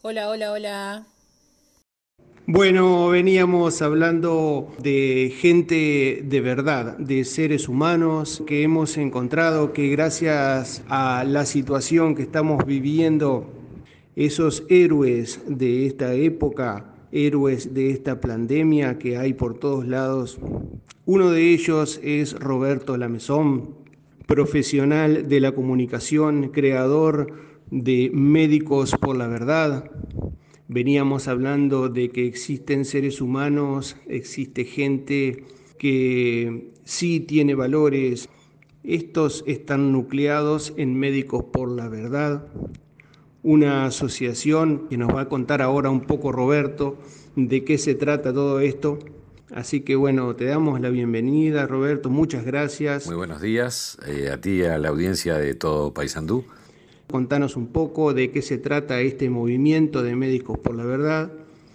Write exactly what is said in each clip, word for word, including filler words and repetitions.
Hola, hola, hola. Bueno, veníamos hablando de gente de verdad, de seres humanos que hemos encontrado que gracias a la situación que estamos viviendo, esos héroes de esta época, héroes de esta pandemia que hay por todos lados, uno de ellos es Roberto Lamezón, profesional de la comunicación, creador de Médicos por la Verdad. Veníamos hablando de que existen seres humanos, existe gente que sí tiene valores. Estos están nucleados en Médicos por la Verdad, una asociación que nos va a contar ahora un poco Roberto de qué se trata todo esto. Así que bueno, te damos la bienvenida, Roberto, muchas Muy gracias. buenos días eh, a ti y a la audiencia de todo Paysandú. Contanos un poco de qué se trata este movimiento de Médicos por la Verdad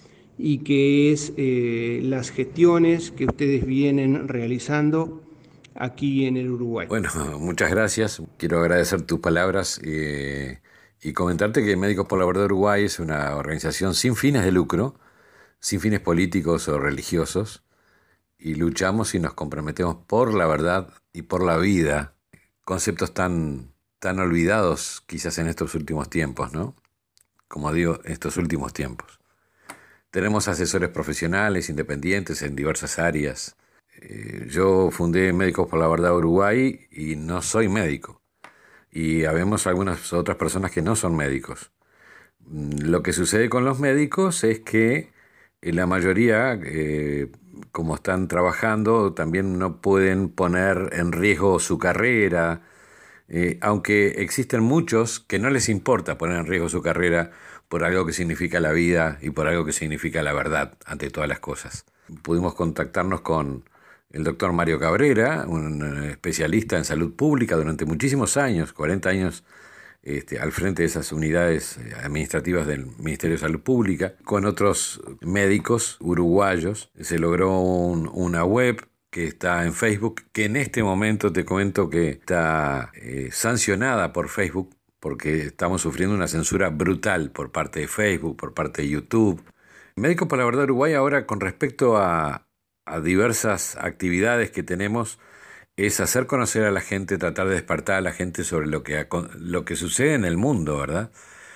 y qué es eh, las gestiones que ustedes vienen realizando aquí en el Uruguay. Bueno, muchas gracias. Quiero agradecer tus palabras eh, y comentarte que Médicos por la Verdad Uruguay es una organización sin fines de lucro, sin fines políticos o religiosos, y luchamos y nos comprometemos por la verdad y por la vida, conceptos tan, tan olvidados quizás en estos últimos tiempos, ¿no? Como digo, estos últimos tiempos. Tenemos asesores profesionales, independientes en diversas áreas. Eh, yo fundé Médicos por la Verdad Uruguay y no soy médico. Y habemos algunas otras personas que no son médicos. Mm, Lo que sucede con los médicos es que eh, la mayoría, eh, como están trabajando, también no pueden poner en riesgo su carrera, eh, aunque existen muchos que no les importa poner en riesgo su carrera por algo que significa la vida y por algo que significa la verdad ante todas las cosas. Pudimos contactarnos con el doctor Mario Cabrera, un eh, especialista en salud pública durante muchísimos años, cuarenta años este, al frente de esas unidades eh, administrativas del Ministerio de Salud Pública, con otros médicos uruguayos. Se logró un- una web que está en Facebook, que en este momento te comento que está eh, sancionada por Facebook, porque estamos sufriendo una censura brutal por parte de Facebook, por parte de YouTube. Médicos por la Verdad Uruguay ahora con respecto a, a diversas actividades que tenemos es hacer conocer a la gente, tratar de despertar a la gente sobre lo que, lo que sucede en el mundo, ¿verdad?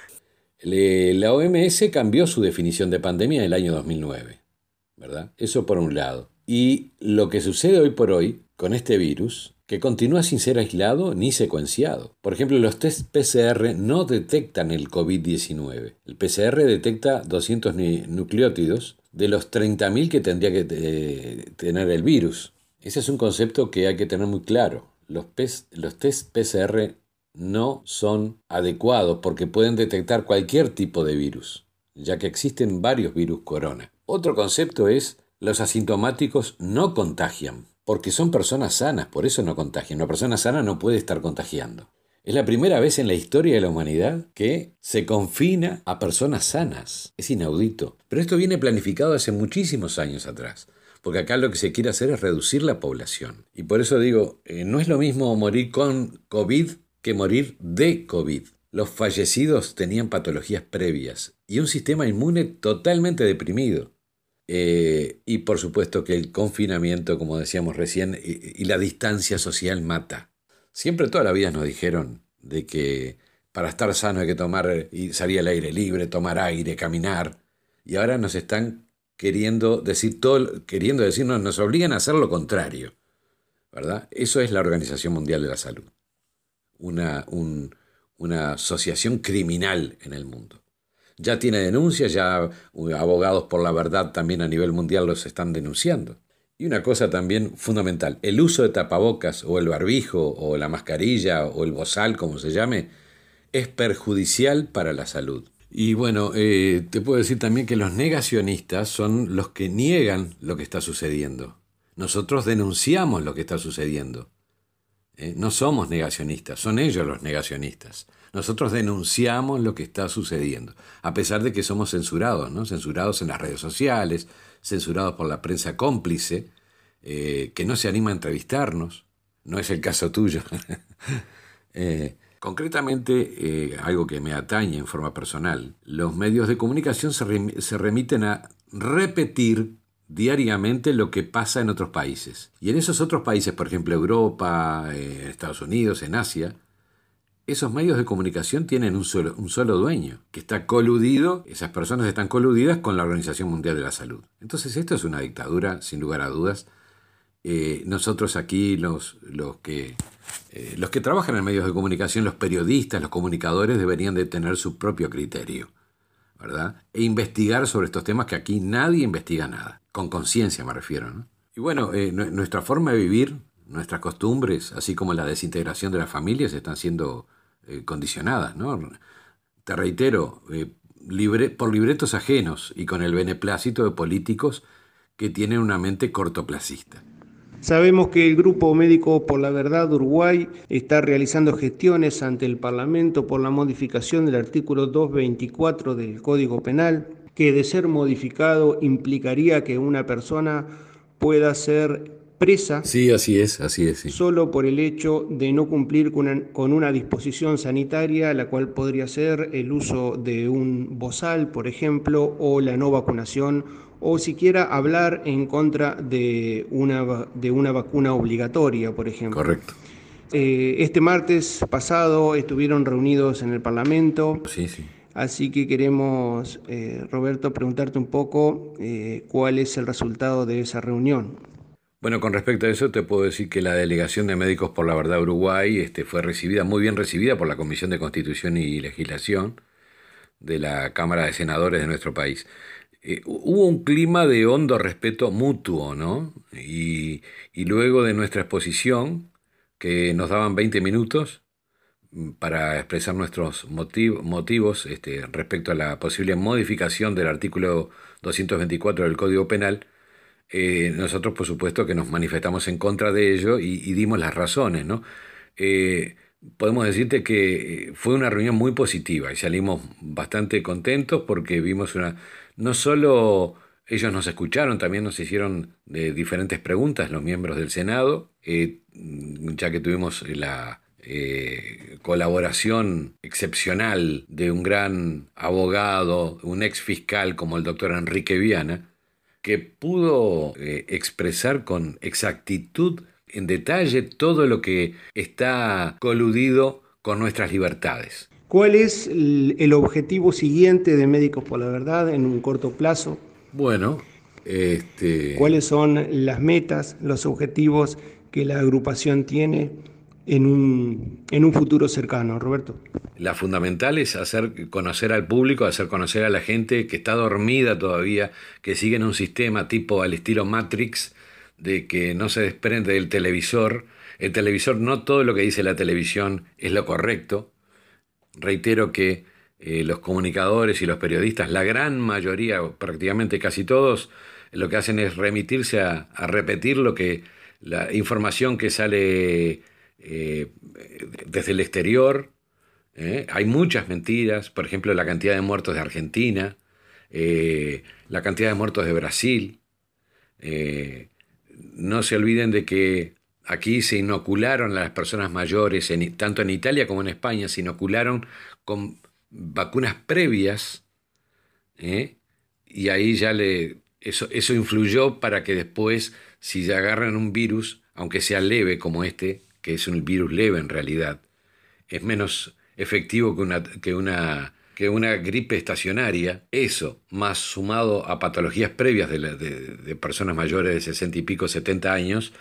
Le- la O M S cambió su definición de pandemia en el año dos mil nueve, ¿verdad? Eso por un lado. Y lo que sucede hoy por hoy con este virus, que continúa sin ser aislado ni secuenciado. Por ejemplo, los test P C R no detectan el COVID diecinueve. El P C R detecta doscientos ni- nucleótidos de los treinta mil que tendría que eh, tener el virus. Ese es un concepto que hay que tener muy claro. Los, pes- los test P C R no son adecuados porque pueden detectar cualquier tipo de virus, ya que existen varios virus corona. Otro concepto es los asintomáticos no contagian, porque son personas sanas, por eso no contagian. Una persona sana no puede estar contagiando. Es la primera vez en la historia de la humanidad que se confina a personas sanas. Es inaudito. Pero esto viene planificado hace muchísimos años atrás. Porque acá lo que se quiere hacer es reducir la población. Y por eso digo, eh, no es lo mismo morir con COVID que morir de COVID. Los fallecidos tenían patologías previas y un sistema inmune totalmente deprimido. Eh, y por supuesto que el confinamiento, como decíamos recién, y, y la distancia social mata. Siempre toda la vida nos dijeron de que para estar sano hay que tomar y salir al aire libre, tomar aire, caminar. Y ahora nos están queriendo decir todo, queriendo decirnos, nos obligan a hacer lo contrario, ¿verdad? Eso es la Organización Mundial de la Salud, una, un- una asociación criminal en el mundo. Ya tiene denuncias, ya uh, abogados por la verdad también a nivel mundial los están denunciando. Y una cosa también fundamental, el uso de tapabocas o el barbijo o la mascarilla o el bozal, como se llame, es perjudicial para la salud. Y bueno, eh, te puedo decir también que los negacionistas son los que niegan lo que está sucediendo. Nosotros denunciamos lo que está sucediendo. ¿eh? No somos negacionistas, son ellos los negacionistas. Nosotros denunciamos lo que está sucediendo, a pesar de que somos censurados, ¿no? Censurados en las redes sociales, censurados por la prensa cómplice, eh, que no se anima a entrevistarnos. No es el caso tuyo. eh, Concretamente, eh, algo que me atañe en forma personal, los medios de comunicación se, rem- se remiten a repetir diariamente lo que pasa en otros países. Y en esos otros países, por ejemplo, Europa, eh, Estados Unidos, en Asia, esos medios de comunicación tienen un solo, un solo dueño, que está coludido, esas personas están coludidas con la Organización Mundial de la Salud. Entonces esto es una dictadura, sin lugar a dudas. Eh, nosotros aquí, los, los, que, eh, los que trabajan en medios de comunicación, los periodistas, los comunicadores, deberían de tener su propio criterio, ¿verdad? E investigar sobre estos temas que aquí nadie investiga nada. Con conciencia me refiero, ¿no? Y bueno, eh, nuestra forma de vivir, nuestras costumbres, así como la desintegración de las familias, están siendo eh, condicionadas, ¿no? Te reitero, eh, libre, por libretos ajenos y con el beneplácito de políticos que tienen una mente cortoplacista. Sabemos que el Grupo Médico por la Verdad de Uruguay está realizando gestiones ante el Parlamento por la modificación del artículo doscientos veinticuatro del Código Penal, que de ser modificado implicaría que una persona pueda ser presa Sí, así es, así es, sí. solo por el hecho de no cumplir con una, con una disposición sanitaria, la cual podría ser el uso de un bozal, por ejemplo, o la no vacunación, o siquiera hablar en contra de una, de una vacuna obligatoria, por ejemplo. Correcto. Eh, este martes pasado estuvieron reunidos en el Parlamento, Sí, sí. así que queremos, eh, Roberto, preguntarte un poco eh, cuál es el resultado de esa reunión. Bueno, con respecto a eso te puedo decir que la delegación de Médicos por la Verdad Uruguay este, fue recibida, muy bien recibida por la Comisión de Constitución y Legislación de la Cámara de Senadores de nuestro país. Eh, hubo un clima de hondo respeto mutuo, ¿no? Y, y luego de nuestra exposición, que nos daban veinte minutos mm, para expresar nuestros motiv- motivos este, respecto a la posible modificación del artículo doscientos veinticuatro del Código Penal, eh, nosotros por supuesto que nos manifestamos en contra de ello y, y dimos las razones, ¿no? Eh, Podemos decirte que eh, fue una reunión muy positiva y salimos bastante contentos porque vimos una... No solo ellos nos escucharon, también nos hicieron eh, diferentes preguntas los miembros del Senado, eh, ya que tuvimos la eh, colaboración excepcional de un gran abogado, un ex fiscal como el doctor Enrique Viana, que pudo eh, expresar con exactitud, en detalle, todo lo que está coludido con nuestras libertades. ¿Cuál es el, el objetivo siguiente de Médicos por la Verdad en un corto plazo? Bueno, este, ¿Cuáles son las metas, los objetivos que la agrupación tiene en un, en un futuro cercano, Roberto? la fundamental es hacer conocer al público, hacer conocer a la gente que está dormida todavía, que sigue en un sistema tipo al estilo Matrix, de que no se desprende del televisor. El televisor, no todo lo que dice la televisión es lo correcto. Reitero que eh, los comunicadores y los periodistas, la gran mayoría, prácticamente casi todos, lo que hacen es remitirse a, a repetir lo que la información que sale eh, desde el exterior. ¿eh? Hay muchas mentiras, por ejemplo, la cantidad de muertos de Argentina, eh, la cantidad de muertos de Brasil. Eh, no se olviden de que aquí se inocularon a las personas mayores, en, tanto en Italia como en España, se inocularon con vacunas previas, ¿eh? Y ahí ya le, eso, eso influyó para que después, si ya agarran un virus, aunque sea leve como este, que es un virus leve en realidad, es menos efectivo que una, que una, que una gripe estacionaria. Eso, más sumado a patologías previas de, la, de, de personas mayores de sesenta y pico, setenta años,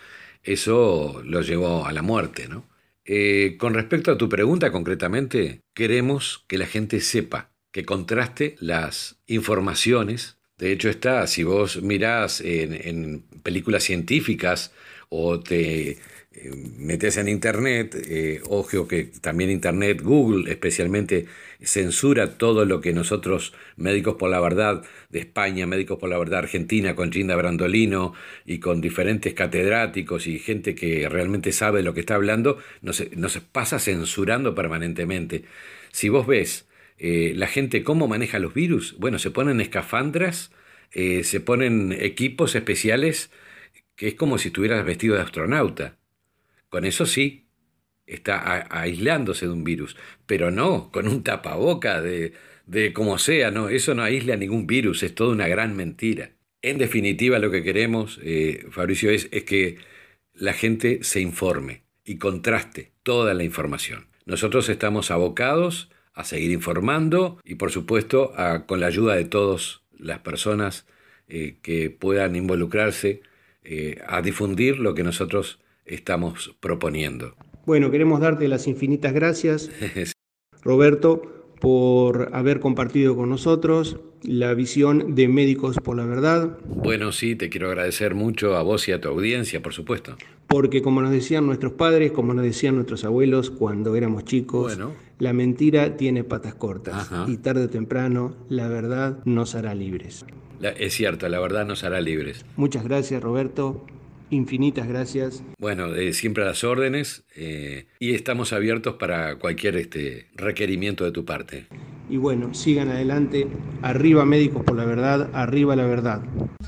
eso lo llevó a la muerte, ¿no? Eh, con respecto a tu pregunta concretamente, queremos que la gente sepa, que contraste las informaciones. De hecho está, si vos mirás en, en películas científicas o te eh, metes en internet, eh, ojo que también internet, Google especialmente, censura todo lo que nosotros, Médicos por la Verdad de España, Médicos por la Verdad Argentina, con Ginda Brandolino y con diferentes catedráticos y gente que realmente sabe lo que está hablando, nos, nos pasa censurando permanentemente. Si vos ves eh, la gente cómo maneja los virus, bueno, se ponen escafandras, eh, se ponen equipos especiales que es como si estuvieras vestido de astronauta. Con eso sí, está a, aislándose de un virus, pero no con un tapaboca de, de como sea, no, eso no aísla ningún virus, es toda una gran mentira. En definitiva, lo que queremos, eh, Fabricio, es, es que la gente se informe y contraste toda la información. Nosotros estamos abocados a seguir informando y, por supuesto, a, con la ayuda de todas las personas eh, que puedan involucrarse eh, a difundir lo que nosotros estamos proponiendo. Bueno, queremos darte las infinitas gracias, Roberto, por haber compartido con nosotros la visión de Médicos por la Verdad. Bueno, sí, te quiero agradecer mucho a vos y a tu audiencia, por supuesto. Porque como nos decían nuestros padres, como nos decían nuestros abuelos cuando éramos chicos, bueno. La mentira tiene patas cortas. Ajá. Y tarde o temprano la verdad nos hará libres. La, es cierto, la verdad nos hará libres. Muchas gracias, Roberto. Infinitas gracias. Bueno, eh, siempre a las órdenes eh, y estamos abiertos para cualquier este, requerimiento de tu parte. Y bueno, sigan adelante. Arriba Médicos por la Verdad, arriba la verdad.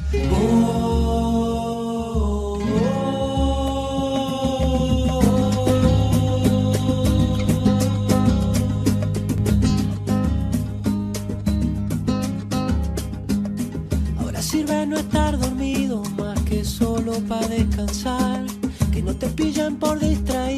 Ahora sirve no estar dormido más que solo para descansar, que no te pillan por distraer.